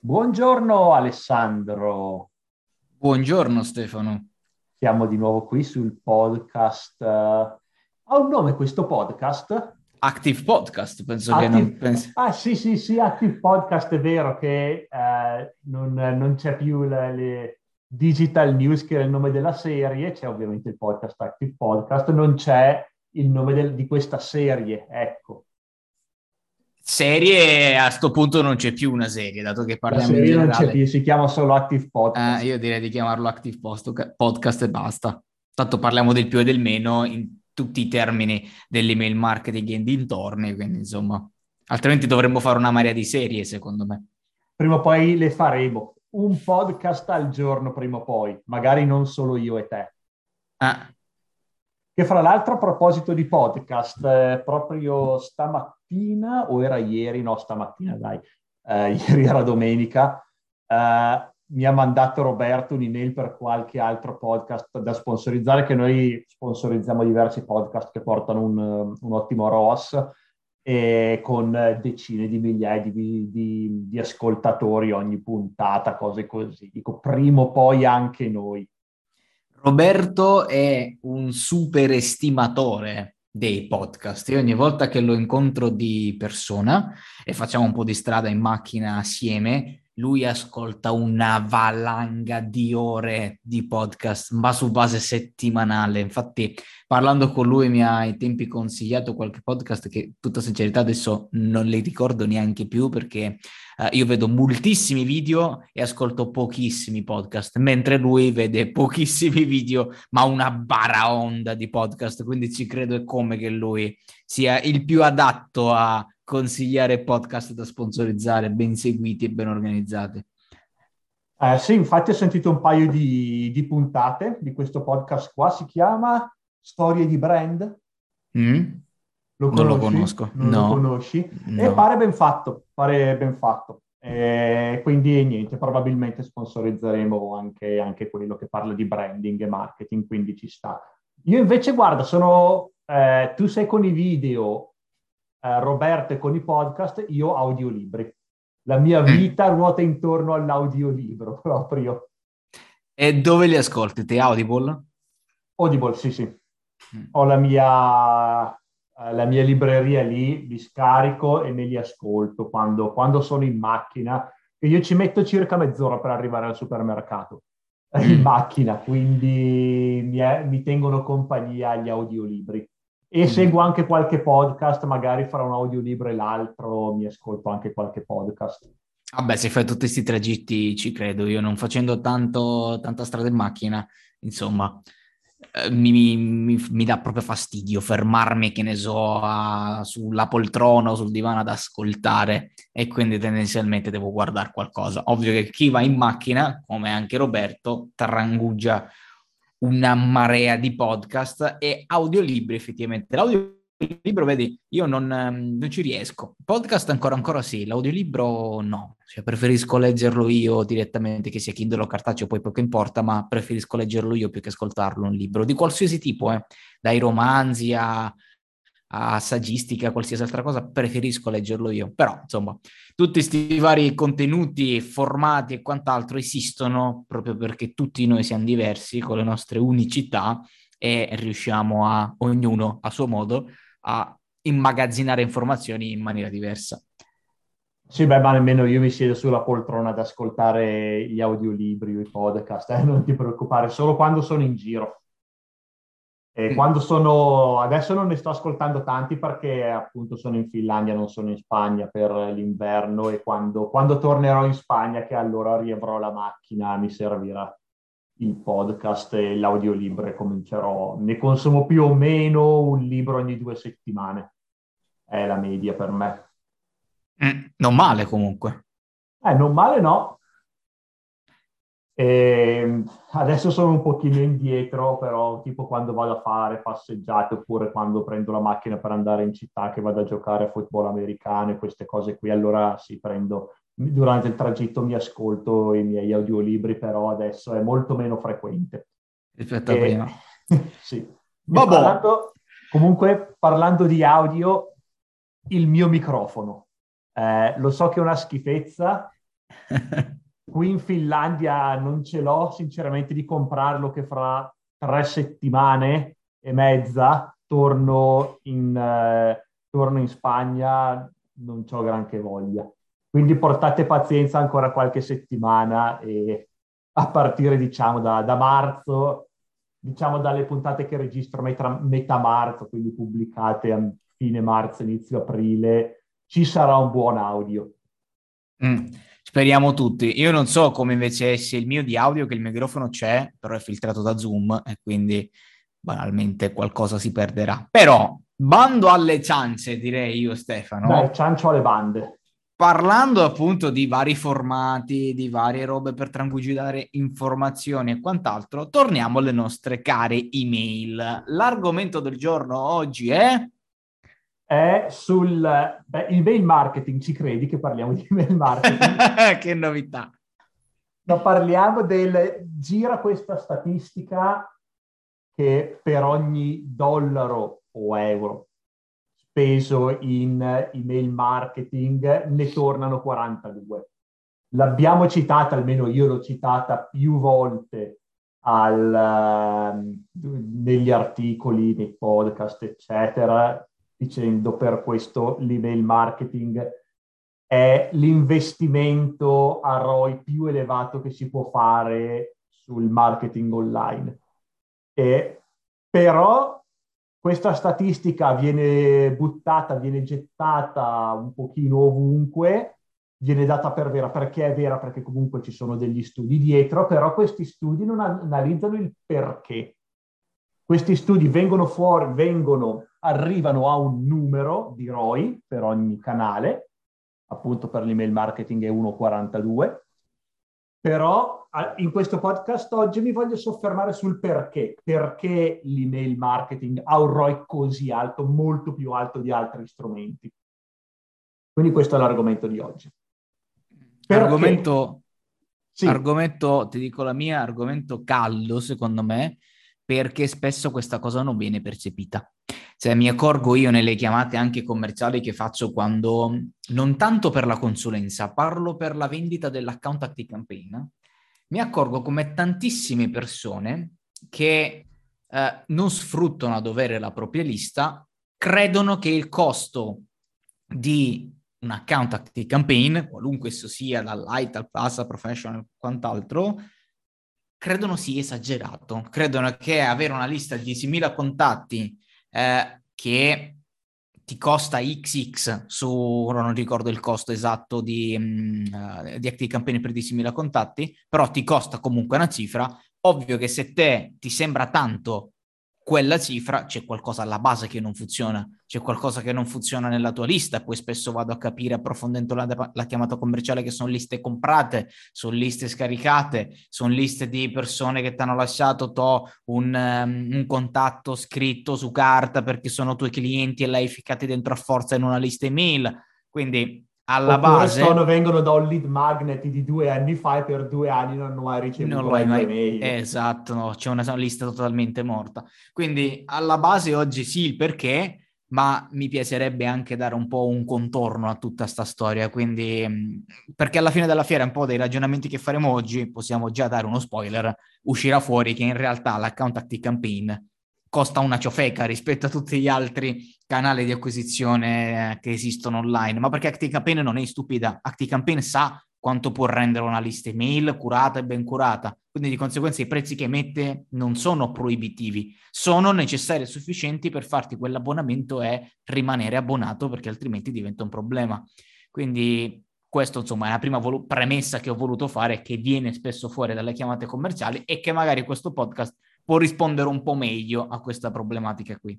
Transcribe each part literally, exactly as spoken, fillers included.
Buongiorno Alessandro, Buongiorno Stefano. siamo di nuovo qui sul podcast. eh, Ha un nome questo podcast? Active Podcast, penso che non Active... pensi. Ah sì sì sì, Active Podcast, è vero che eh, non, non c'è più le, le Digital News che è il nome della serie, c'è ovviamente il podcast Active Podcast, non c'è il nome del- di questa serie, ecco. Serie, a sto punto non c'è più una serie, dato che La parliamo in serie non c'è più, generale. si chiama solo Active Eh, Podcast. io direi di chiamarlo Active Post- Podcast e basta. Tanto parliamo del più e del meno in tutti i termini dell'email marketing e dintorni, quindi insomma, altrimenti dovremmo fare una marea di serie, secondo me. Prima o poi le faremo. Un podcast al giorno, prima o poi, magari non solo io e te. Ah, Che fra l'altro, a proposito di podcast, eh, proprio stamattina, o era ieri, no, stamattina, dai, eh, ieri era domenica, eh, mi ha mandato Roberto un'email per qualche altro podcast da sponsorizzare, che noi sponsorizziamo diversi podcast che portano un, un ottimo R O S e con decine di migliaia di, di, di ascoltatori ogni puntata, cose così. Dico, prima o poi anche noi. Roberto è un super estimatore dei podcast. Io ogni volta che lo incontro di persona e facciamo un po' di strada in macchina assieme, lui ascolta una valanga di ore di podcast, ma su base settimanale. Infatti, parlando con lui mi ha ai tempi consigliato qualche podcast che, tutta sincerità, adesso non li ricordo neanche più perché Uh, io vedo moltissimi video e ascolto pochissimi podcast, mentre lui vede pochissimi video, ma una baraonda di podcast, quindi ci credo e come che lui sia il più adatto a consigliare podcast da sponsorizzare, ben seguiti e ben organizzati. Eh, sì, infatti ho sentito un paio di, di puntate di questo podcast qua, si chiama Storie di Brand. Mm? Lo Non lo conosci? conosco, Non lo no, conosci? E no. pare ben fatto, pare ben fatto. E quindi niente, probabilmente sponsorizzeremo anche, anche quello che parla di branding e marketing, quindi ci sta. Io invece, guarda, sono, eh, tu sei con i video, eh, Roberto è con i podcast, io audiolibri. La mia Mm. vita ruota intorno all'audiolibro proprio. E dove li ascolti? Te Audible? Audible, sì, sì. Mm. Ho la mia, eh, la mia libreria lì, li scarico e me li ascolto quando, quando sono in macchina. E io ci metto circa mezz'ora per arrivare al supermercato eh, in Mm. macchina, quindi mi, è- mi tengono compagnia gli audiolibri. E seguo Mm. anche qualche podcast, magari fra un audiolibro e l'altro mi ascolto anche qualche podcast. Vabbè, se fai tutti questi tragitti ci credo, io non facendo tanto, tanta strada in macchina, insomma, eh, mi, mi- mi dà proprio fastidio fermarmi, che ne so, a- sulla poltrona o sul divano ad ascoltare e quindi tendenzialmente devo guardare qualcosa. Ovvio che chi va in macchina, come anche Roberto, trangugia una marea di podcast e audiolibri effettivamente. L'audiolibro, vedi, io non, ehm, non ci riesco. Podcast ancora ancora sì, l'audiolibro no. Cioè, preferisco leggerlo io direttamente, che sia Kindle o cartaceo, poi poco importa, ma preferisco leggerlo io più che ascoltarlo un libro, di qualsiasi tipo, eh. Dai romanzi a, a saggistica, a qualsiasi altra cosa, preferisco leggerlo io. Però, insomma, tutti questi vari contenuti, formati e quant'altro esistono proprio perché tutti noi siamo diversi con le nostre unicità e riusciamo a, ognuno a suo modo, a immagazzinare informazioni in maniera diversa. Sì, beh, ma nemmeno io mi siedo sulla poltrona ad ascoltare gli audiolibri o i podcast, eh, non ti preoccupare, solo quando sono in giro. E Mm. quando sono, adesso non ne sto ascoltando tanti perché appunto sono in Finlandia, non sono in Spagna per l'inverno e quando, quando tornerò in Spagna, che allora riavrò la macchina, mi servirà il podcast e l'audiolibro e comincerò, ne consumo più o meno un libro ogni due settimane, è la media per me. Mm, non male comunque. Eh, non male no. E adesso sono un pochino indietro, però tipo quando vado a fare passeggiate oppure quando prendo la macchina per andare in città che vado a giocare a football americano e queste cose qui, allora sì, prendo, durante il tragitto mi ascolto i miei audiolibri, però adesso è molto meno frequente. Rispetto a E, prima. sì. E Vabbè. parlando, comunque, parlando di audio, il mio microfono. Eh, lo so che è una schifezza, Qui in Finlandia non ce l'ho sinceramente di comprarlo, che fra tre settimane e mezza torno in, eh, torno in Spagna, non c'ho granché voglia. Quindi portate pazienza ancora qualche settimana e a partire, diciamo, da, da marzo, diciamo dalle puntate che registro metà, metà marzo, quindi pubblicate a fine marzo, inizio aprile, ci sarà un buon audio. Mm, speriamo tutti. Io non so come invece sia il mio di audio, che il microfono c'è, però è filtrato da Zoom e quindi banalmente qualcosa si perderà. Però, bando alle ciance, direi io, Dai, Stefano, ciancio alle bande. parlando appunto di vari formati, di varie robe per tranquillare informazioni e quant'altro, torniamo alle nostre care email. L'argomento del giorno oggi è... È sul beh, email marketing, ci credi che parliamo di email marketing? Che novità! No, parliamo del gira questa statistica che per ogni dollaro o euro speso in email marketing ne tornano quarantadue. L'abbiamo citata, almeno io l'ho citata più volte al, ehm, negli articoli, nei podcast, eccetera, dicendo per questo l'email marketing è l'investimento a R O I più elevato che si può fare sul marketing online. E, però questa statistica viene buttata, viene gettata un pochino ovunque, viene data per vera. Perché è vera? Perché comunque ci sono degli studi dietro, però questi studi non analizzano il perché. Questi studi vengono fuori, vengono, arrivano a un numero di R O I per ogni canale, appunto per l'email marketing è uno virgola quarantadue, però in questo podcast oggi mi voglio soffermare sul perché. Perché l'email marketing ha un R O I così alto, molto più alto di altri strumenti. Quindi questo è l'argomento di oggi. Perché? Argomento, Sì, argomento, ti dico la mia, argomento caldo secondo me, perché spesso questa cosa non viene percepita. Cioè, mi accorgo io nelle chiamate anche commerciali che faccio quando, non tanto per la consulenza, parlo per la vendita dell'account Active Campaign, mi accorgo come tantissime persone che eh, non sfruttano a dovere la propria lista, credono che il costo di un account Active Campaign, qualunque esso sia, dal light al plus al professional quant'altro, credono sia esagerato. Credono che avere una lista di diecimila contatti eh, che ti costa X X su, non ricordo il costo esatto di, um, di Active Campaign per diecimila contatti, però ti costa comunque una cifra. Ovvio che se te ti sembra tanto quella cifra, c'è qualcosa alla base che non funziona, c'è qualcosa che non funziona nella tua lista. Poi spesso vado a capire, approfondendo la, la chiamata commerciale, che sono liste comprate, sono liste scaricate, sono liste di persone che ti hanno lasciato to, un, um, un contatto scritto su carta perché sono tuoi clienti e l'hai ficcati dentro a forza in una lista email. Quindi alla oppure sono, base vengono da un lead magnet di due anni fa e per due anni non hanno mai non ricevuto lo hai mai due mai... mail. Esatto, no, c'è una lista totalmente morta. Quindi alla base oggi sì il perché, ma mi piacerebbe anche dare un po' un contorno a tutta sta storia. Quindi, mh, perché alla fine della fiera, un po' dei ragionamenti che faremo oggi, possiamo già dare uno spoiler, uscirà fuori che in realtà l'account Active Campaign costa una ciofeca rispetto a tutti gli altri canali di acquisizione eh, che esistono online. Ma perché Active Campaign non è stupida, Active Campaign sa quanto può rendere una lista email curata e ben curata. Quindi di conseguenza i prezzi che emette non sono proibitivi, sono necessari e sufficienti per farti quell'abbonamento e rimanere abbonato, perché altrimenti diventa un problema. Quindi questo insomma è la prima volu- premessa che ho voluto fare, che viene spesso fuori dalle chiamate commerciali e che magari questo podcast può rispondere un po' meglio a questa problematica qui.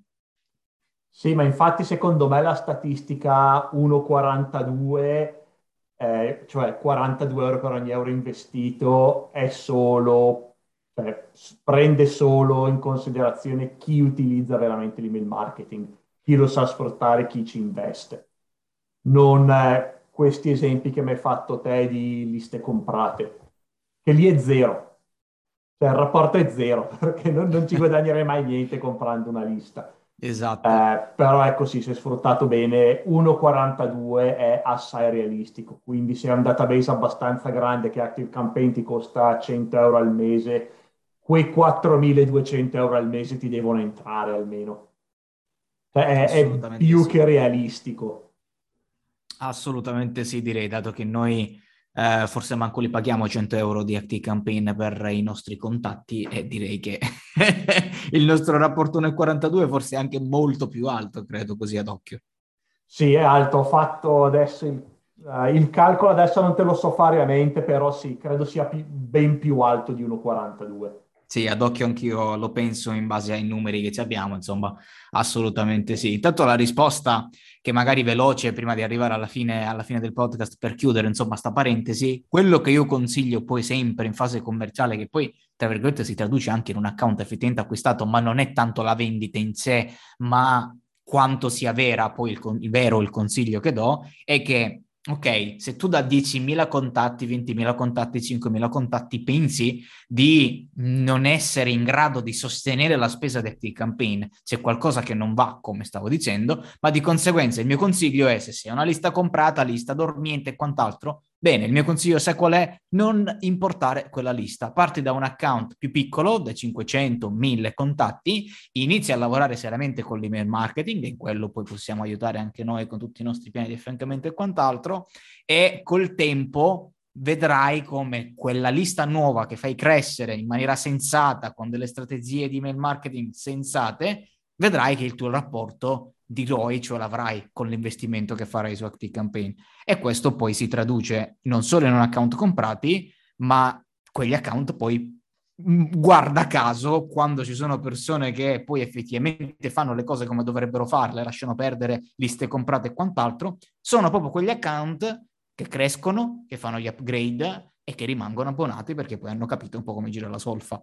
Sì, ma infatti secondo me la statistica uno virgola quarantadue, eh, cioè quarantadue euro per ogni euro investito, è solo, cioè, s- prende solo in considerazione chi utilizza veramente l'email marketing, chi lo sa sfruttare, chi ci investe. Non eh, questi esempi che mi hai fatto te di liste comprate, che lì è zero, cioè il rapporto è zero, perché non, non ci guadagnerei mai niente comprando una lista. Esatto. Eh, però ecco sì, se sfruttato bene, uno virgola quarantadue è assai realistico, quindi se è un database abbastanza grande che ActiveCampaign ti costa cento euro al mese, quei quattromiladuecento euro al mese ti devono entrare almeno. Cioè, è, è Assolutamente più sì. che realistico. Assolutamente sì, direi, dato che noi eh, forse manco li paghiamo cento euro di Active Campaign per i nostri contatti e direi che il nostro rapporto uno virgola quarantadue forse è anche molto più alto, credo, così ad occhio. Sì, è alto, ho fatto adesso il, eh, il calcolo, adesso non te lo so fare a mente, però sì, credo sia pi- ben più alto di uno virgola quarantadue. Sì, ad occhio anch'io lo penso in base ai numeri che ci abbiamo, insomma, assolutamente sì. Intanto la risposta, che magari veloce prima di arrivare alla fine, alla fine del podcast per chiudere, insomma, sta parentesi, quello che io consiglio poi sempre in fase commerciale, che poi, tra virgolette, si traduce anche in un account effettivamente acquistato, ma non è tanto la vendita in sé, ma quanto sia vera poi il, con- il vero il consiglio che do, è che, ok, se tu da diecimila contatti, ventimila contatti, cinquemila contatti pensi di non essere in grado di sostenere la spesa di Active Campaign, c'è qualcosa che non va, come stavo dicendo, ma di conseguenza il mio consiglio è, se sei una lista comprata, lista dormiente e quant'altro, bene, il mio consiglio sai qual è? Non importare quella lista. Parti da un account più piccolo, da cinquecento, mille contatti, inizi a lavorare seriamente con l'email marketing, e in quello poi possiamo aiutare anche noi con tutti i nostri piani di affiancamento e quant'altro, e col tempo vedrai come quella lista nuova che fai crescere in maniera sensata, con delle strategie di email marketing sensate, vedrai che il tuo rapporto di R O I ce l'avrai con l'investimento che farai su Active Campaign. E questo poi si traduce non solo in un account comprati, ma quegli account poi, guarda caso, quando ci sono persone che poi effettivamente fanno le cose come dovrebbero farle, lasciano perdere liste comprate e quant'altro, sono proprio quegli account che crescono, che fanno gli upgrade e che rimangono abbonati perché poi hanno capito un po' come gira la solfa.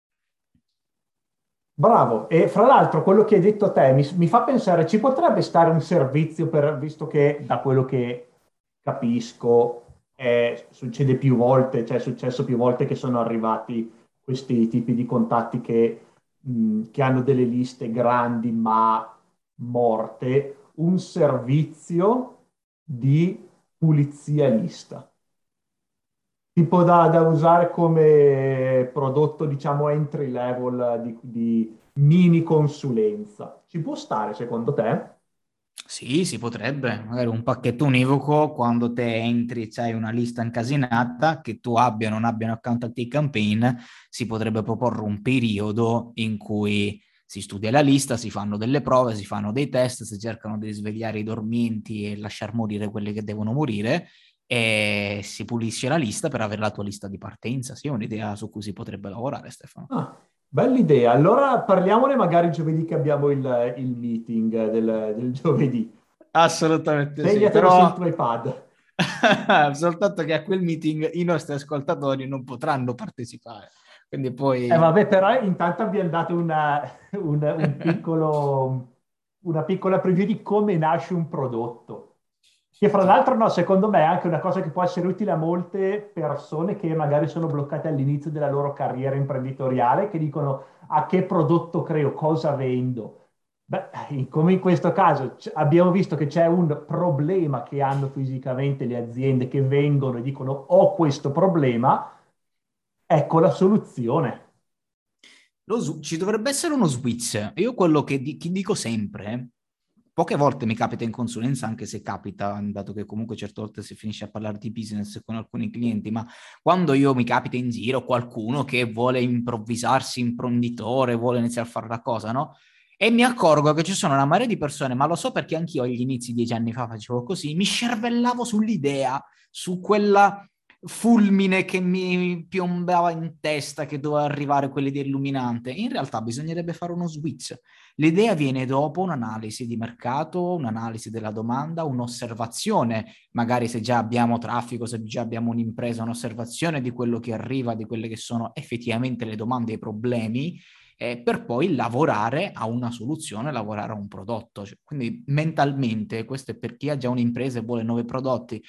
Bravo, e fra l'altro quello che hai detto te mi, mi fa pensare, ci potrebbe stare un servizio per, visto che da quello che capisco eh, succede più volte, cioè è successo più volte che sono arrivati questi tipi di contatti che, mh, che hanno delle liste grandi ma morte, un servizio di pulizia lista tipo da, da usare come prodotto, diciamo, entry level di, di mini consulenza. Ci può stare secondo te? Sì, si potrebbe, magari un pacchetto univoco quando te entri e c'hai una lista incasinata, che tu abbia o non abbia un account Active Campaign, si potrebbe proporre un periodo in cui si studia la lista, si fanno delle prove, si fanno dei test, si cercano di svegliare i dormienti e lasciar morire quelli che devono morire, e si pulisce la lista per avere la tua lista di partenza. Sì, è un'idea su cui si potrebbe lavorare, Stefano. Ah, bella idea. Allora parliamone magari giovedì che abbiamo il, il meeting del, del giovedì. Assolutamente sì, Segnatelo sul però tuo iPad. soltanto che a quel meeting i nostri ascoltatori non potranno partecipare. Quindi Eh, poi vabbè, però intanto abbiamo dato una, un, un piccolo, una piccola preview di come nasce un prodotto. Che fra sì, l'altro, no, secondo me è anche una cosa che può essere utile a molte persone che magari sono bloccate all'inizio della loro carriera imprenditoriale, che dicono a che prodotto creo, cosa vendo. Beh, in- come in questo caso c- abbiamo visto che c'è un problema che hanno fisicamente le aziende che vengono e dicono ho questo problema, ecco la soluzione. lo s- ci dovrebbe essere uno switch. Io quello che, di- che dico sempre, poche volte mi capita in consulenza, anche se capita, dato che comunque certe volte si finisce a parlare di business con alcuni clienti, ma quando io mi capita in giro qualcuno che vuole improvvisarsi imprenditore, vuole iniziare a fare la cosa, no? E mi accorgo che ci sono una marea di persone, ma lo so perché anch'io agli inizi, dieci anni fa, facevo così, mi scervellavo sull'idea, su quella fulmine che mi piombava in testa, che doveva arrivare quell'idea illuminante. In realtà bisognerebbe fare uno switch. L'idea viene dopo un'analisi di mercato, un'analisi della domanda, un'osservazione, magari se già abbiamo traffico, se già abbiamo un'impresa, un'osservazione di quello che arriva, di quelle che sono effettivamente le domande e i problemi, eh, per poi lavorare a una soluzione, lavorare a un prodotto. Cioè, quindi mentalmente, questo è per chi ha già un'impresa e vuole nuovi prodotti,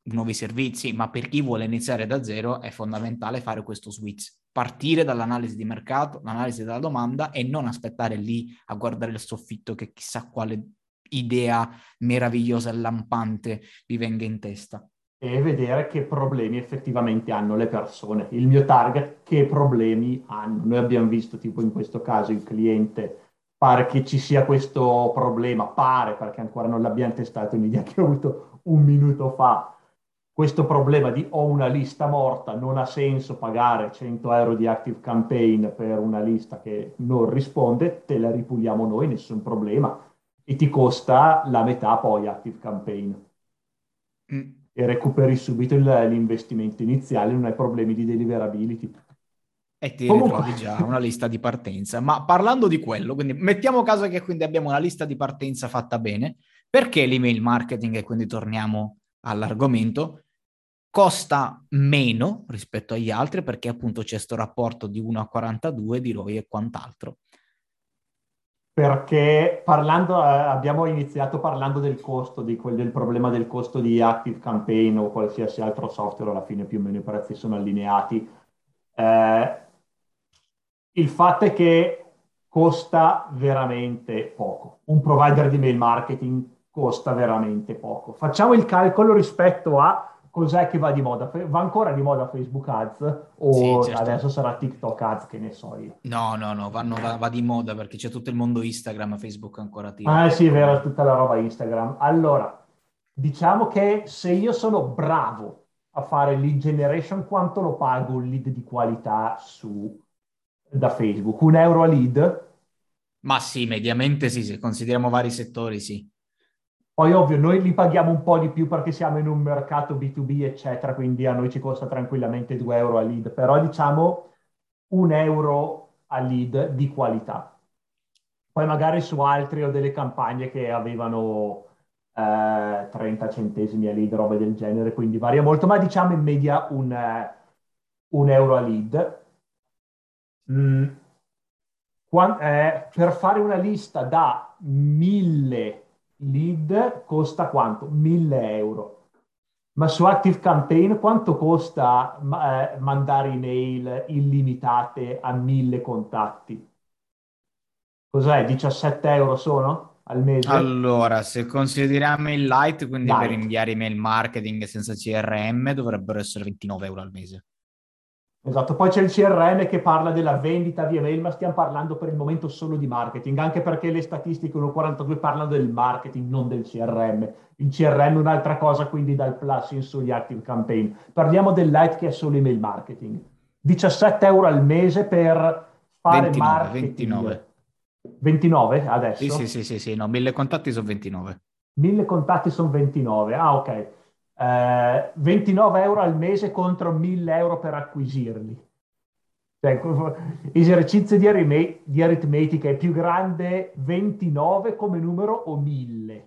nuovi servizi, ma per chi vuole iniziare da zero è fondamentale fare questo switch, partire dall'analisi di mercato, l'analisi della domanda e non aspettare lì a guardare il soffitto che chissà quale idea meravigliosa e lampante vi venga in testa. E vedere che problemi effettivamente hanno le persone, il mio target che problemi hanno. Noi abbiamo visto, tipo in questo caso, il cliente pare che ci sia questo problema, pare perché ancora non l'abbiamo testato, un'idea che ho avuto un minuto fa, questo problema di ho una lista morta, non ha senso pagare cento euro di Active Campaign per una lista che non risponde, te la ripuliamo noi, nessun problema, e ti costa la metà poi Active Campaign. Mm. E recuperi subito il- l'investimento iniziale, non hai problemi di deliverability. E ti Comunque, ritrovi già una lista di partenza. Ma parlando di quello, quindi mettiamo caso che quindi abbiamo una lista di partenza fatta bene, perché l'email marketing, e quindi torniamo all'argomento, costa meno rispetto agli altri perché appunto c'è questo rapporto di uno a quarantadue di R O I e quant'altro. perché parlando, eh, abbiamo iniziato parlando del costo, di quel- del problema del costo di Active Campaign o qualsiasi altro software, alla fine più o meno i prezzi sono allineati. Eh, il fatto è che costa veramente poco. Un provider di mail marketing costa veramente poco. Facciamo il calcolo rispetto a cos'è che va di moda. Fe- Va ancora di moda Facebook Ads Sì, o certo. adesso sarà TikTok Ads, che ne so io. No, no, no, vanno- va, va di moda perché c'è tutto il mondo Instagram, Facebook ancora tira Ah, sì, è vero, poco. tutta la roba Instagram. Allora, diciamo che se io sono bravo a fare lead generation, quanto lo pago un lead di qualità su, da Facebook? Un euro a lead? Ma sì, mediamente sì, se consideriamo vari settori, sì. Poi ovvio, noi li paghiamo un po' di più perché siamo in un mercato B due B, eccetera, quindi a noi ci costa tranquillamente due euro a lead, però diciamo un euro a lead di qualità. Poi magari su altri ho delle campagne che avevano eh, trenta centesimi a lead, robe del genere, quindi varia molto, ma diciamo in media un, eh, un euro a lead. Mm, Quan- eh, per fare una lista da mille lead costa quanto? mille euro. Ma su Active Campaign quanto costa ma- eh, mandare email illimitate a mille contatti? Cos'è? diciassette euro sono al mese? Allora, se consideriamo il light, quindi per Light. inviare email marketing senza C R M, dovrebbero essere ventinove euro al mese. Esatto, poi c'è il C R M che parla della vendita via mail, ma stiamo parlando per il momento solo di marketing, anche perché le statistiche uno virgola quarantadue parlano del marketing, non del C R M. Il C R M è un'altra cosa, quindi dal plus in su gli Active Campaign. Parliamo del Lite che è solo email marketing. diciassette euro al mese per fare ventinove, marketing. ventinove. ventinove Sì, sì, adesso? sì, sì, sì, no, mille contatti sono ventinove. mille contatti sono ventinove. Ah, ok. Eh, ventinove euro al mese contro mille euro per acquisirli. Cioè, esercizio di, arime- di aritmetica è più grande ventinove come numero o mille?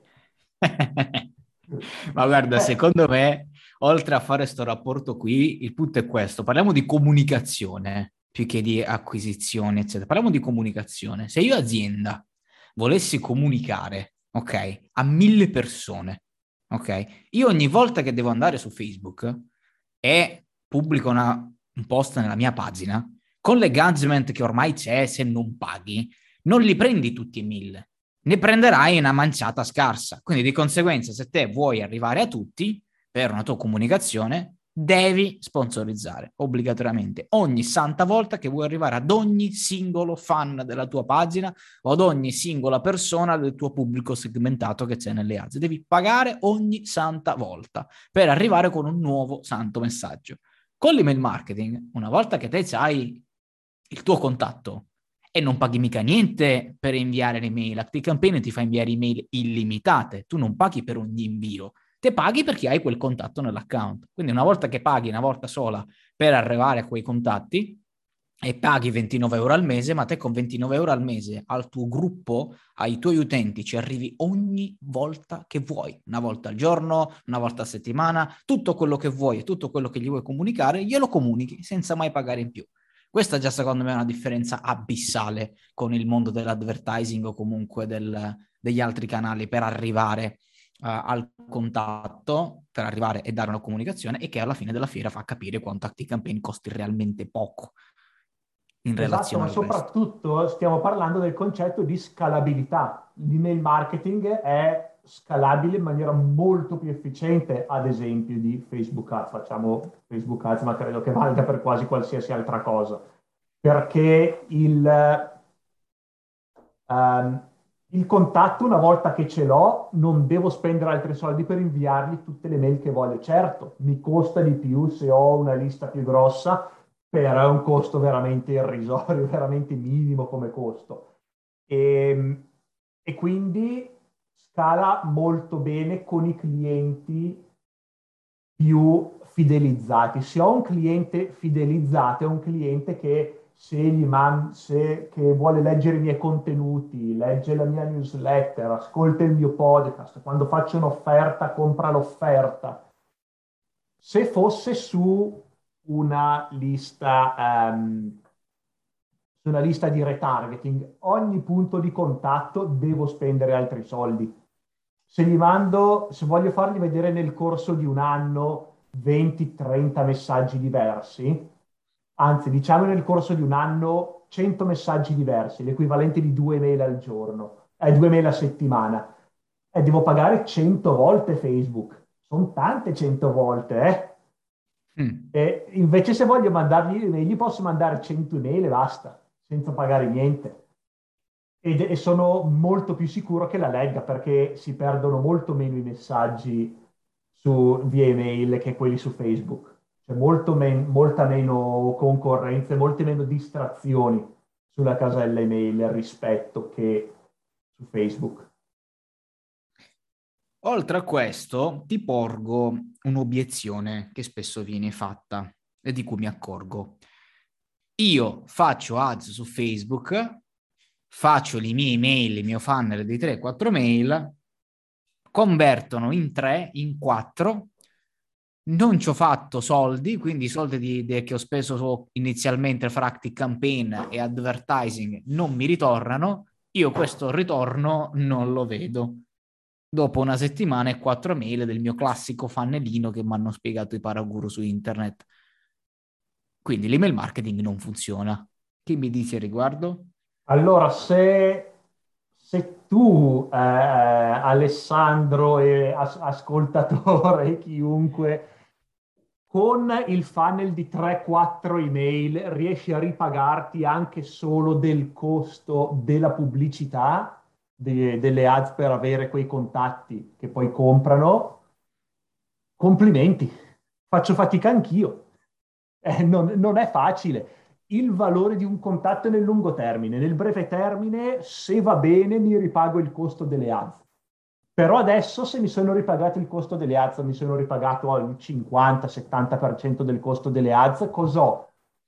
Ma guarda, Eh, secondo me, oltre a fare sto rapporto qui, il punto è questo. Parliamo di comunicazione più che di acquisizione, eccetera. Parliamo di comunicazione. Se io azienda volessi comunicare, ok, a mille persone, ok, io ogni volta che devo andare su Facebook e pubblico una- un post nella mia pagina, con l'engagement che ormai c'è, se non paghi, non li prendi tutti e mille, ne prenderai una manciata scarsa. Quindi di conseguenza, se te vuoi arrivare a tutti per una tua comunicazione, devi sponsorizzare obbligatoriamente ogni santa volta che vuoi arrivare ad ogni singolo fan della tua pagina o ad ogni singola persona del tuo pubblico segmentato che c'è nelle ads. Devi pagare ogni santa volta per arrivare con un nuovo santo messaggio. Con l'email marketing, una volta che te hai il tuo contatto e non paghi mica niente per inviare l'email, Active Campaign ti fa inviare email illimitate, tu non paghi per ogni invio, te paghi perché hai quel contatto nell'account. Quindi una volta che paghi una volta sola per arrivare a quei contatti e paghi ventinove euro al mese, ma te con ventinove euro al mese al tuo gruppo, ai tuoi utenti ci arrivi ogni volta che vuoi, una volta al giorno, una volta a settimana, tutto quello che vuoi e tutto quello che gli vuoi comunicare, glielo comunichi senza mai pagare in più. Questa già secondo me è una differenza abissale con il mondo dell'advertising o comunque del, degli altri canali per arrivare al contatto per arrivare e dare una comunicazione, e che alla fine della fiera fa capire quanto ActiveCampaign costi realmente poco in Esatto, relazione ma al resto. soprattutto stiamo parlando del concetto di scalabilità. L'email marketing è scalabile in maniera molto più efficiente, ad esempio, di Facebook Ads. Facciamo Facebook Ads, ma credo che valga per quasi qualsiasi altra cosa, perché il, ehm, il contatto, una volta che ce l'ho, non devo spendere altri soldi per inviargli tutte le mail che voglio. Certo, mi costa di più se ho una lista più grossa, però è un costo veramente irrisorio, veramente minimo come costo. E, e quindi scala molto bene con i clienti più fidelizzati. Se ho un cliente fidelizzato, è un cliente che se gli man- se, che vuole leggere i miei contenuti, legge la mia newsletter, ascolta il mio podcast, quando faccio un'offerta, compra l'offerta. Se fosse su una lista, ehm, su una lista di retargeting, ogni punto di contatto devo spendere altri soldi. Se gli mando, se voglio fargli vedere nel corso di un anno venti trenta messaggi diversi, anzi, diciamo nel corso di un anno cento messaggi diversi, l'equivalente di due mail al giorno, eh, due mail a settimana, e devo pagare cento volte Facebook. Sono tante cento volte, eh? Mm. E invece se voglio mandargli l'email, gli posso mandare cento email e basta, senza pagare niente. Ed- e sono molto più sicuro che la legga perché si perdono molto meno i messaggi su, via email che quelli su Facebook. C'è molto men- molta meno concorrenza e molte meno distrazioni sulla casella email rispetto che su Facebook. Oltre a questo, ti porgo un'obiezione che spesso viene fatta e di cui mi accorgo. Io faccio ads su Facebook, faccio le mie email, il mio funnel di tre quattro mail, convertono in tre, in quattro, non ci ho fatto soldi, quindi i soldi di, di, che ho speso inizialmente fra Active Campaign e advertising non mi ritornano, io questo ritorno non lo vedo. Dopo una settimana e quattro mail del mio classico funnelino che mi hanno spiegato i paraguru su internet. Quindi l'email marketing non funziona. Che mi dici al riguardo? Allora, se, se tu, eh, Alessandro e as- ascoltatore, e chiunque, con il funnel di tre quattro email riesci a ripagarti anche solo del costo della pubblicità, de- delle ads per avere quei contatti che poi comprano, complimenti, faccio fatica anch'io. Eh, non, non è facile. Il valore di un contatto è nel lungo termine, nel breve termine, se va bene, mi ripago il costo delle ads. Però adesso, se mi sono ripagato il costo delle ads, mi sono ripagato al cinquanta settanta per cento del costo delle ads, cos'ho?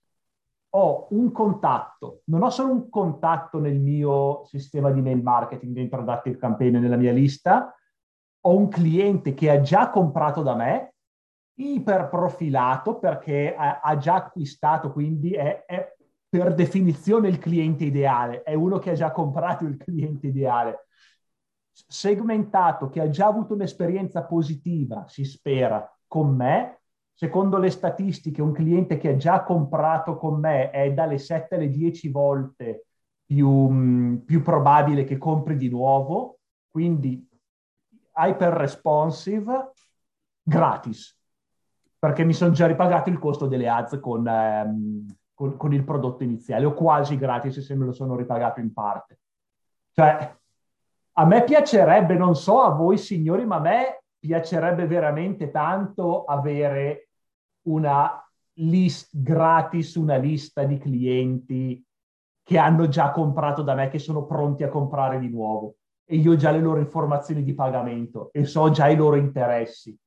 Ho un contatto, non ho solo un contatto nel mio sistema di mail marketing dentro ad Active Campaign nella mia lista, ho un cliente che ha già comprato da me, iperprofilato perché ha, ha già acquistato, quindi è, è per definizione il cliente ideale, è uno che ha già comprato il cliente ideale, segmentato, che ha già avuto un'esperienza positiva, si spera, con me. Secondo le statistiche, un cliente che ha già comprato con me è dalle sette alle dieci volte più, mh, più probabile che compri di nuovo, quindi hyper responsive, gratis, perché mi sono già ripagato il costo delle ads con, ehm, con, con il prodotto iniziale, o quasi gratis se me lo sono ripagato in parte. Cioè, a me piacerebbe, non so a voi signori, ma a me piacerebbe veramente tanto avere una list gratis, una lista di clienti che hanno già comprato da me, che sono pronti a comprare di nuovo. E io ho già le loro informazioni di pagamento e so già i loro interessi.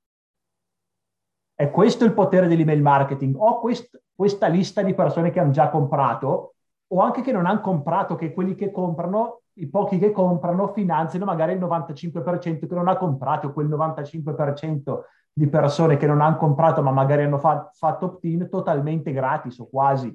È questo il potere dell'email marketing. Ho quest- questa lista di persone che hanno già comprato o anche che non hanno comprato, che quelli che comprano, i pochi che comprano, finanziano magari il novantacinque per cento che non ha comprato, quel novantacinque per cento di persone che non hanno comprato ma magari hanno fa- fatto opt-in totalmente gratis o quasi.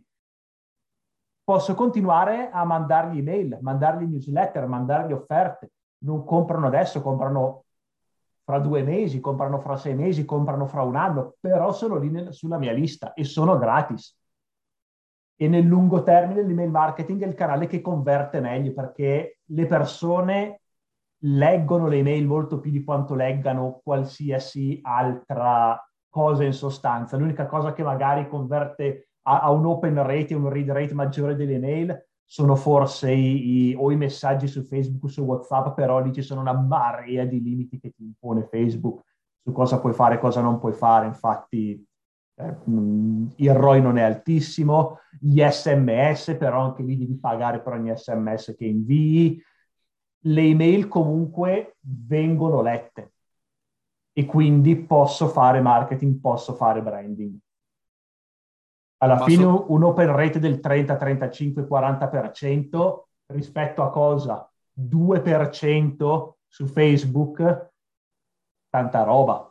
Posso continuare a mandargli email, mandargli newsletter, mandargli offerte. Non comprano adesso, comprano fra due mesi, comprano fra sei mesi, comprano fra un anno, però sono lì nel, sulla mia lista e sono gratis. E nel lungo termine l'email marketing è il canale che converte meglio, perché le persone leggono le email molto più di quanto leggano qualsiasi altra cosa in sostanza. L'unica cosa che magari converte a, a un open rate e un read rate maggiore delle email sono forse i, i, o i messaggi su Facebook o su WhatsApp, però lì ci sono una marea di limiti che ti impone Facebook su cosa puoi fare e cosa non puoi fare. Infatti eh, mh, il R O I non è altissimo, gli S M S, però anche lì devi pagare per ogni S M S che invii. Le email comunque vengono lette e quindi posso fare marketing, posso fare branding. Alla Ma fine so- un open rate del trenta, trentacinque, quaranta per cento rispetto a cosa? due per cento su Facebook, tanta roba.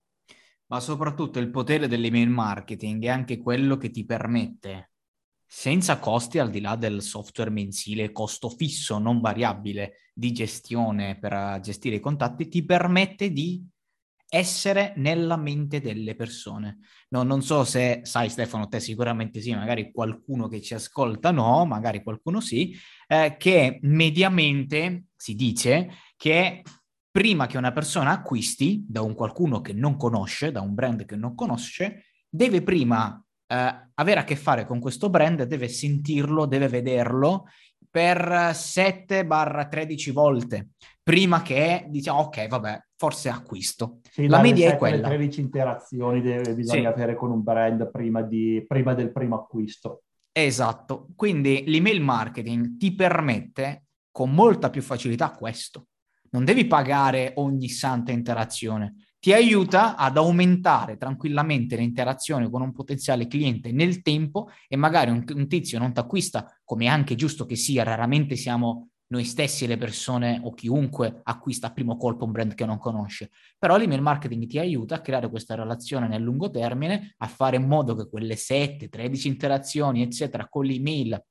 ma soprattutto il potere dell'email marketing è anche quello che ti permette, senza costi al di là del software mensile, costo fisso, non variabile, di gestione per eh, gestire i contatti, ti permette di essere nella mente delle persone. No, non so se sai Stefano, te sicuramente sì, magari qualcuno che ci ascolta no, magari qualcuno sì, eh, che mediamente si dice che prima che una persona acquisti da un qualcuno che non conosce, da un brand che non conosce, deve prima eh, avere a che fare con questo brand, deve sentirlo, deve vederlo per sette tredici volte prima che diciamo ok, vabbè, forse acquisto. Sì, La dalle media è sette alle quella. tredici interazioni deve, bisogna Sì, avere con un brand prima, di, prima del primo acquisto. esatto. Quindi l'email marketing ti permette con molta più facilità questo. Non devi pagare ogni santa interazione. Ti aiuta ad aumentare tranquillamente l'interazione con un potenziale cliente nel tempo e magari un, un tizio non ti acquista, come è anche giusto che sia, raramente siamo noi stessi le persone o chiunque acquista a primo colpo un brand che non conosce. Però l'email marketing ti aiuta a creare questa relazione nel lungo termine, a fare in modo che quelle sette, tredici interazioni, eccetera, con l'email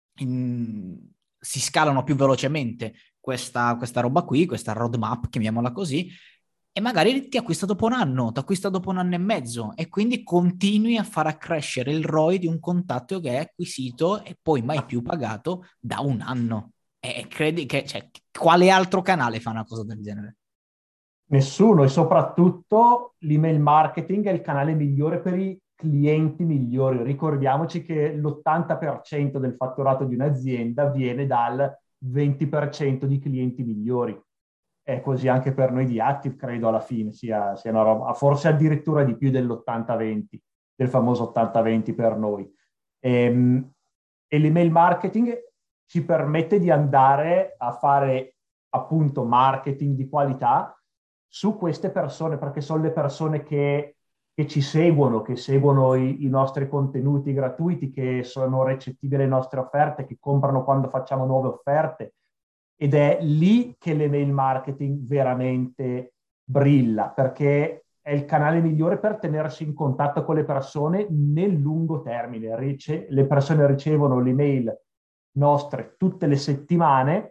in, si scalano più velocemente questa, questa roba qui, questa roadmap, chiamiamola così, e magari ti acquista dopo un anno, ti acquista dopo un anno e mezzo e quindi continui a far accrescere il R O I di un contatto che è acquisito e poi mai più pagato da un anno. E credi che, cioè, quale altro canale fa una cosa del genere? Nessuno, e soprattutto l'email marketing è il canale migliore per i clienti migliori. Ricordiamoci che l'ottanta per cento del fatturato di un'azienda viene dal venti per cento di clienti migliori. È così anche per noi di Active, credo alla fine sia, sia una roba, forse addirittura di più dell'ottanta venti, del famoso ottanta venti per noi. E, e l'email marketing ci permette di andare a fare appunto marketing di qualità su queste persone, perché sono le persone che, che ci seguono, che seguono i, i nostri contenuti gratuiti, che sono recettivi alle nostre offerte, che comprano quando facciamo nuove offerte. Ed è lì che l'email marketing veramente brilla, perché è il canale migliore per tenersi in contatto con le persone nel lungo termine. Rice- le persone ricevono le mail nostre tutte le settimane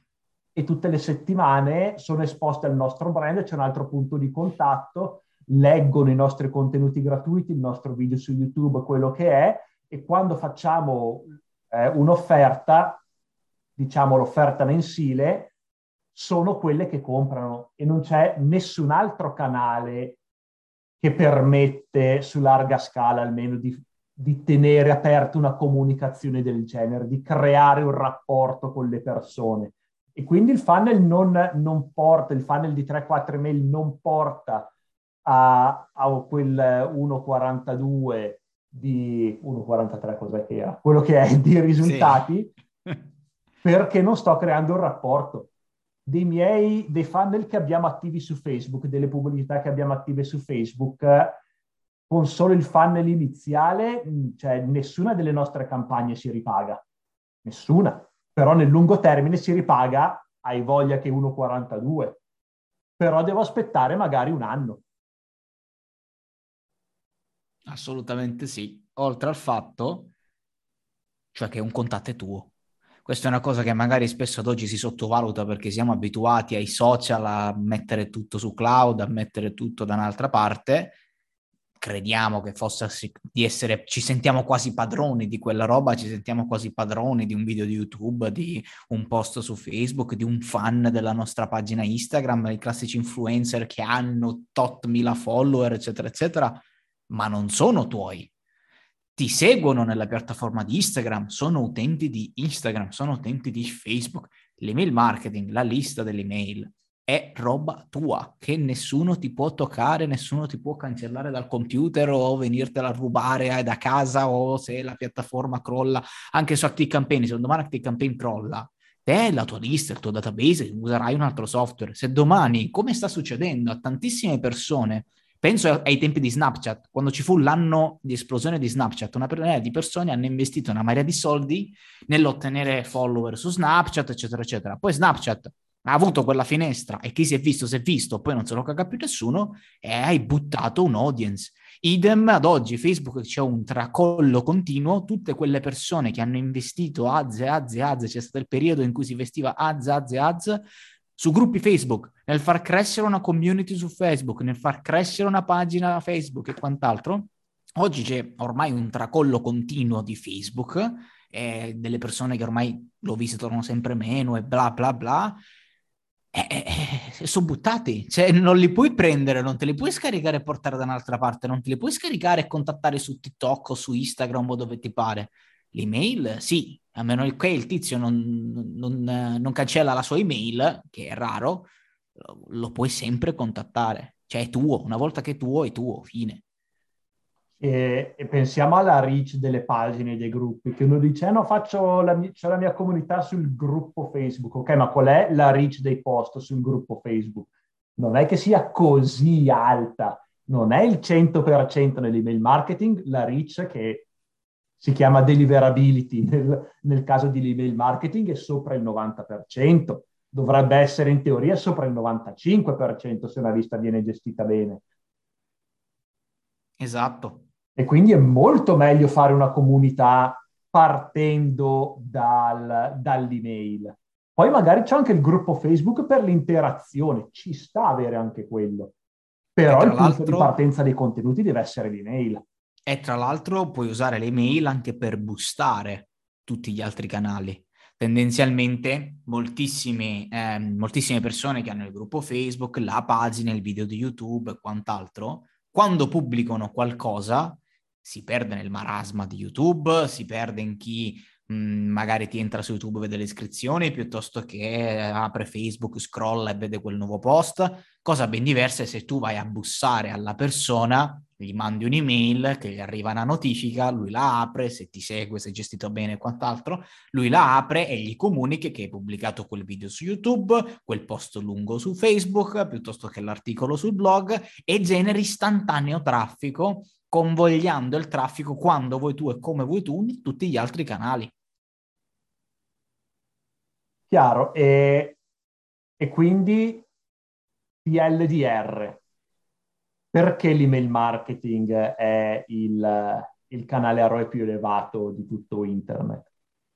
e tutte le settimane sono esposte al nostro brand, c'è un altro punto di contatto, leggono i nostri contenuti gratuiti, il nostro video su YouTube, quello che è, e quando facciamo eh, un'offerta, diciamo l'offerta mensile, sono quelle che comprano e non c'è nessun altro canale che permette su larga scala almeno di, di tenere aperta una comunicazione del genere, di creare un rapporto con le persone. E quindi il funnel non, non porta, il funnel di tre quattro mail non porta a, a quel uno virgola quarantadue di uno virgola quarantatré, cos'è che era? Quello che è di Sì. risultati, perché non sto creando un rapporto. Dei miei, dei funnel che abbiamo attivi su Facebook, delle pubblicità che abbiamo attive su Facebook, eh, con solo il funnel iniziale, mh, cioè nessuna delle nostre campagne si ripaga. Nessuna. Però nel lungo termine si ripaga, hai voglia che uno virgola quarantadue. Però devo aspettare magari un anno. Assolutamente sì. Oltre al fatto, cioè che un contatto è tuo. Questa è una cosa che magari spesso ad oggi si sottovaluta perché siamo abituati ai social a mettere tutto su cloud, a mettere tutto da un'altra parte. Crediamo che fosse di essere, ci sentiamo quasi padroni di quella roba, ci sentiamo quasi padroni di un video di YouTube, di un post su Facebook, di un fan della nostra pagina Instagram, i classici influencer che hanno tot mila follower, eccetera, eccetera, ma non sono tuoi. Ti seguono nella piattaforma di Instagram, sono utenti di Instagram, sono utenti di Facebook. L'email marketing, la lista delle email, è roba tua, che nessuno ti può toccare, nessuno ti può cancellare dal computer o venirtela a rubare da casa, o se la piattaforma crolla, anche su ActiveCampaign, se un domani ActiveCampaign crolla, te, la tua lista, il tuo database, userai un altro software. Se domani, come sta succedendo a tantissime persone, penso ai tempi di Snapchat, quando ci fu l'anno di esplosione di Snapchat, una marea di persone hanno investito una marea di soldi nell'ottenere follower su Snapchat, eccetera, eccetera. Poi Snapchat ha avuto quella finestra e chi si è visto si è visto, poi non se lo caga più nessuno e hai buttato un audience. Idem ad oggi, Facebook c'è un tracollo continuo, tutte quelle persone che hanno investito ads e ads e ads, c'è stato il periodo in cui si investiva ads, ads e ads, su gruppi Facebook, nel far crescere una community su Facebook, nel far crescere una pagina Facebook e quant'altro. Oggi c'è ormai un tracollo continuo di Facebook, e delle persone che ormai lo visitano sempre meno e bla bla bla, e, e, e sono buttati, cioè non li puoi prendere, non te li puoi scaricare e portare da un'altra parte, non te li puoi scaricare e contattare su TikTok o su Instagram o dove ti pare. L'email, sì, a meno che il tizio non, non, non cancella la sua email, che è raro, lo puoi sempre contattare. Cioè è tuo, una volta che è tuo, è tuo, fine. E, e pensiamo alla reach delle pagine, dei gruppi, che uno dice, eh, no, faccio la mia, c'è la mia comunità sul gruppo Facebook. Ok, ma qual è la reach dei post sul gruppo Facebook? Non è che sia così alta, non è il cento per cento nell'email marketing, la reach che si chiama deliverability nel, nel caso di email marketing è sopra il novanta per cento, dovrebbe essere in teoria sopra il novantacinque per cento se una lista viene gestita bene. Esatto. E quindi è molto meglio fare una comunità partendo dal, dall'email. Poi magari c'è anche il gruppo Facebook per l'interazione, ci sta avere anche quello. E Però tra il punto di l'altro partenza dei contenuti deve essere l'email. E tra l'altro puoi usare le mail anche per boostare tutti gli altri canali. Tendenzialmente moltissime, eh, moltissime persone che hanno il gruppo Facebook, la pagina, il video di YouTube e quant'altro, quando pubblicano qualcosa si perde nel marasma di YouTube, si perde in chi mh, magari ti entra su YouTube e vede le iscrizioni piuttosto che apre Facebook, scrolla e vede quel nuovo post. Cosa ben diversa è se tu vai a bussare alla persona, gli mandi un'email che gli arriva una notifica, lui la apre, se ti segue, se è gestito bene e quant'altro, lui la apre e gli comunichi che hai pubblicato quel video su YouTube, quel post lungo su Facebook, piuttosto che l'articolo sul blog, e generi istantaneo traffico, convogliando il traffico quando vuoi tu e come vuoi tu in tutti gli altri canali. Chiaro, e, e quindi T L D R. Perché l'email marketing è il, il canale a R O I più elevato di tutto internet?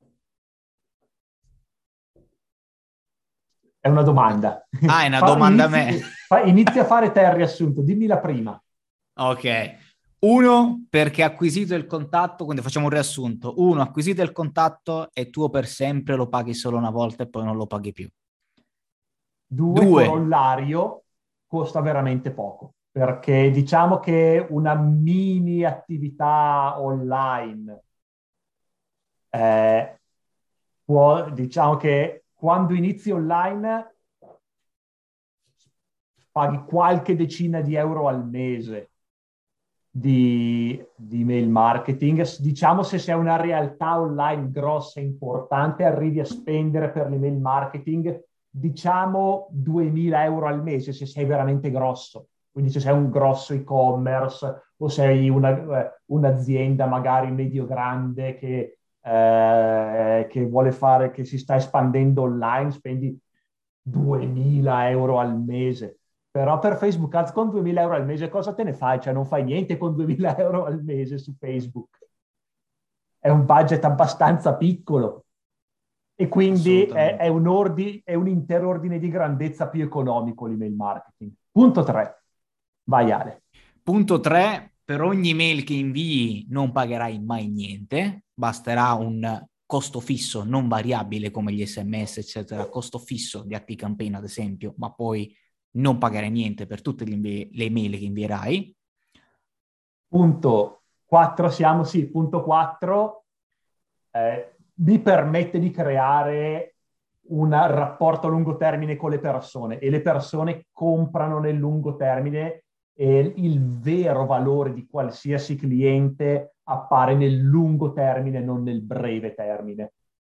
È una domanda. Ah, è una Fa, domanda a inizi, me. fa, inizi a fare te il riassunto, dimmi la prima. Ok. Uno, perché acquisito il contatto, quindi facciamo un riassunto. Uno, acquisito il contatto è tuo per sempre, lo paghi solo una volta e poi non lo paghi più. Due, Due, corollario, costa veramente poco, perché diciamo che una mini attività online eh, può, diciamo che quando inizi online paghi qualche decina di euro al mese di, di mail marketing. Diciamo se sei una realtà online grossa e importante, arrivi a spendere per l'email marketing, diciamo duemila euro al mese se sei veramente grosso. Quindi se sei un grosso e-commerce o sei una, eh, un'azienda magari medio-grande che, eh, che vuole fare, che si sta espandendo online, spendi duemila euro al mese. Però per Facebook Ads con duemila euro al mese cosa te ne fai? Cioè non fai niente con duemila euro al mese su Facebook. È un budget abbastanza piccolo. E quindi è, è, un ordi, è un intero ordine di grandezza più economico l'email marketing. Punto tre. Vai Ale. Punto tre. Per ogni mail che invii non pagherai mai niente, basterà un costo fisso non variabile come gli sms, eccetera, costo fisso di ActiveCampaign ad esempio, ma poi non pagherai niente per tutte le, invi- le email che invierai. Punto quattro, siamo sì, punto quattro, eh, vi permette di creare un rapporto a lungo termine con le persone e le persone comprano nel lungo termine e il vero valore di qualsiasi cliente appare nel lungo termine, non nel breve termine.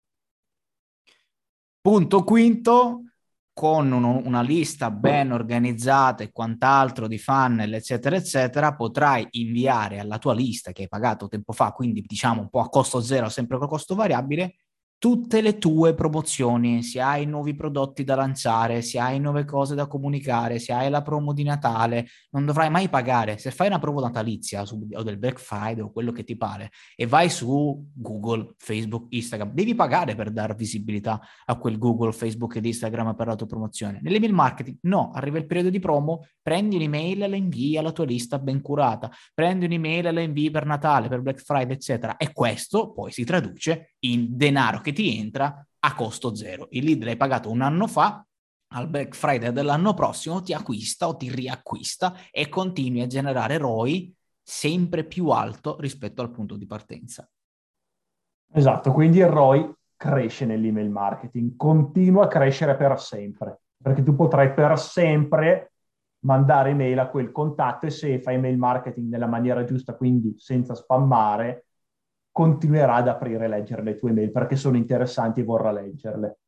Punto quinto, con uno, una lista ben organizzata e quant'altro di funnel, eccetera, eccetera, potrai inviare alla tua lista che hai pagato tempo fa, quindi diciamo un po' a costo zero, sempre con costo variabile, tutte le tue promozioni, se hai nuovi prodotti da lanciare, se hai nuove cose da comunicare, se hai la promo di Natale, non dovrai mai pagare. Se fai una promo natalizia su, o del Black Friday o quello che ti pare e vai su Google, Facebook, Instagram, devi pagare per dare visibilità a quel Google, Facebook ed Instagram per la tua promozione. Nell'email marketing no, arriva il periodo di promo, prendi un'email e la invii alla tua lista ben curata, prendi un'email e la invii per Natale, per Black Friday, eccetera. E questo poi si traduce in denaro che ti entra a costo zero. Il lead l'hai pagato un anno fa, al Black Friday dell'anno prossimo ti acquista o ti riacquista e continui a generare R O I sempre più alto rispetto al punto di partenza. Esatto, quindi il R O I cresce nell'email marketing, continua a crescere per sempre, perché tu potrai per sempre mandare email a quel contatto e se fai email marketing nella maniera giusta, quindi senza spammare, continuerà ad aprire e leggere le tue email perché sono interessanti e vorrà leggerle.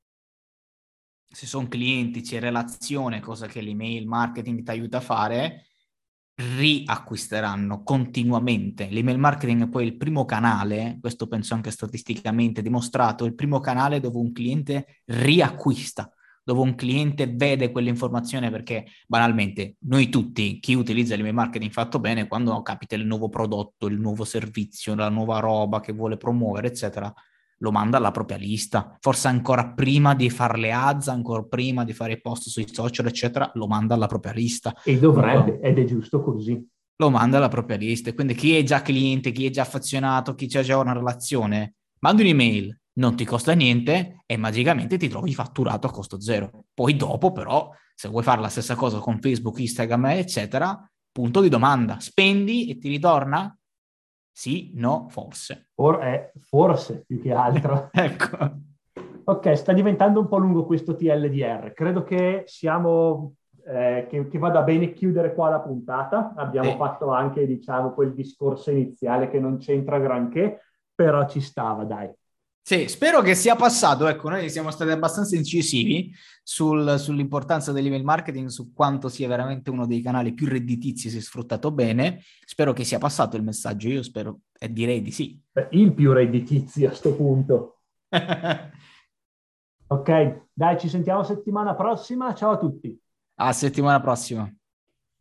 Se sono clienti, c'è relazione, cosa che l'email marketing ti aiuta a fare, riacquisteranno continuamente. L'email marketing è poi il primo canale, questo penso anche statisticamente dimostrato, il primo canale dove un cliente riacquista, dove un cliente vede quell'informazione, perché banalmente noi tutti, chi utilizza l'email marketing fatto bene, quando capita il nuovo prodotto, il nuovo servizio, la nuova roba che vuole promuovere, eccetera, lo manda alla propria lista, forse ancora prima di fare le ads, ancora prima di fare i post sui social, eccetera, lo manda alla propria lista. E dovrebbe, ed è giusto così. Lo manda alla propria lista. Quindi chi è già cliente, chi è già affezionato, chi c'ha già una relazione, manda un'email, non ti costa niente e magicamente ti trovi fatturato a costo zero. Poi dopo però, se vuoi fare la stessa cosa con Facebook, Instagram, eccetera, punto di domanda. Spendi e ti ritorna? Sì, no, forse. Or- eh, forse, più che altro. Ecco. Ok, sta diventando un po' lungo questo T L D R. Credo che siamo, eh, che, che vada bene chiudere qua la puntata. Abbiamo Sì. fatto anche, diciamo, quel discorso iniziale che non c'entra granché, però ci stava, dai. Sì, spero che sia passato. Ecco, noi siamo stati abbastanza incisivi sul, sull'importanza dell'email marketing, su quanto sia veramente uno dei canali più redditizi se sfruttato bene. Spero che sia passato il messaggio, io spero e direi di sì. Beh, il più redditizio a sto punto. Ok, dai, ci sentiamo settimana prossima. Ciao a tutti. A settimana prossima.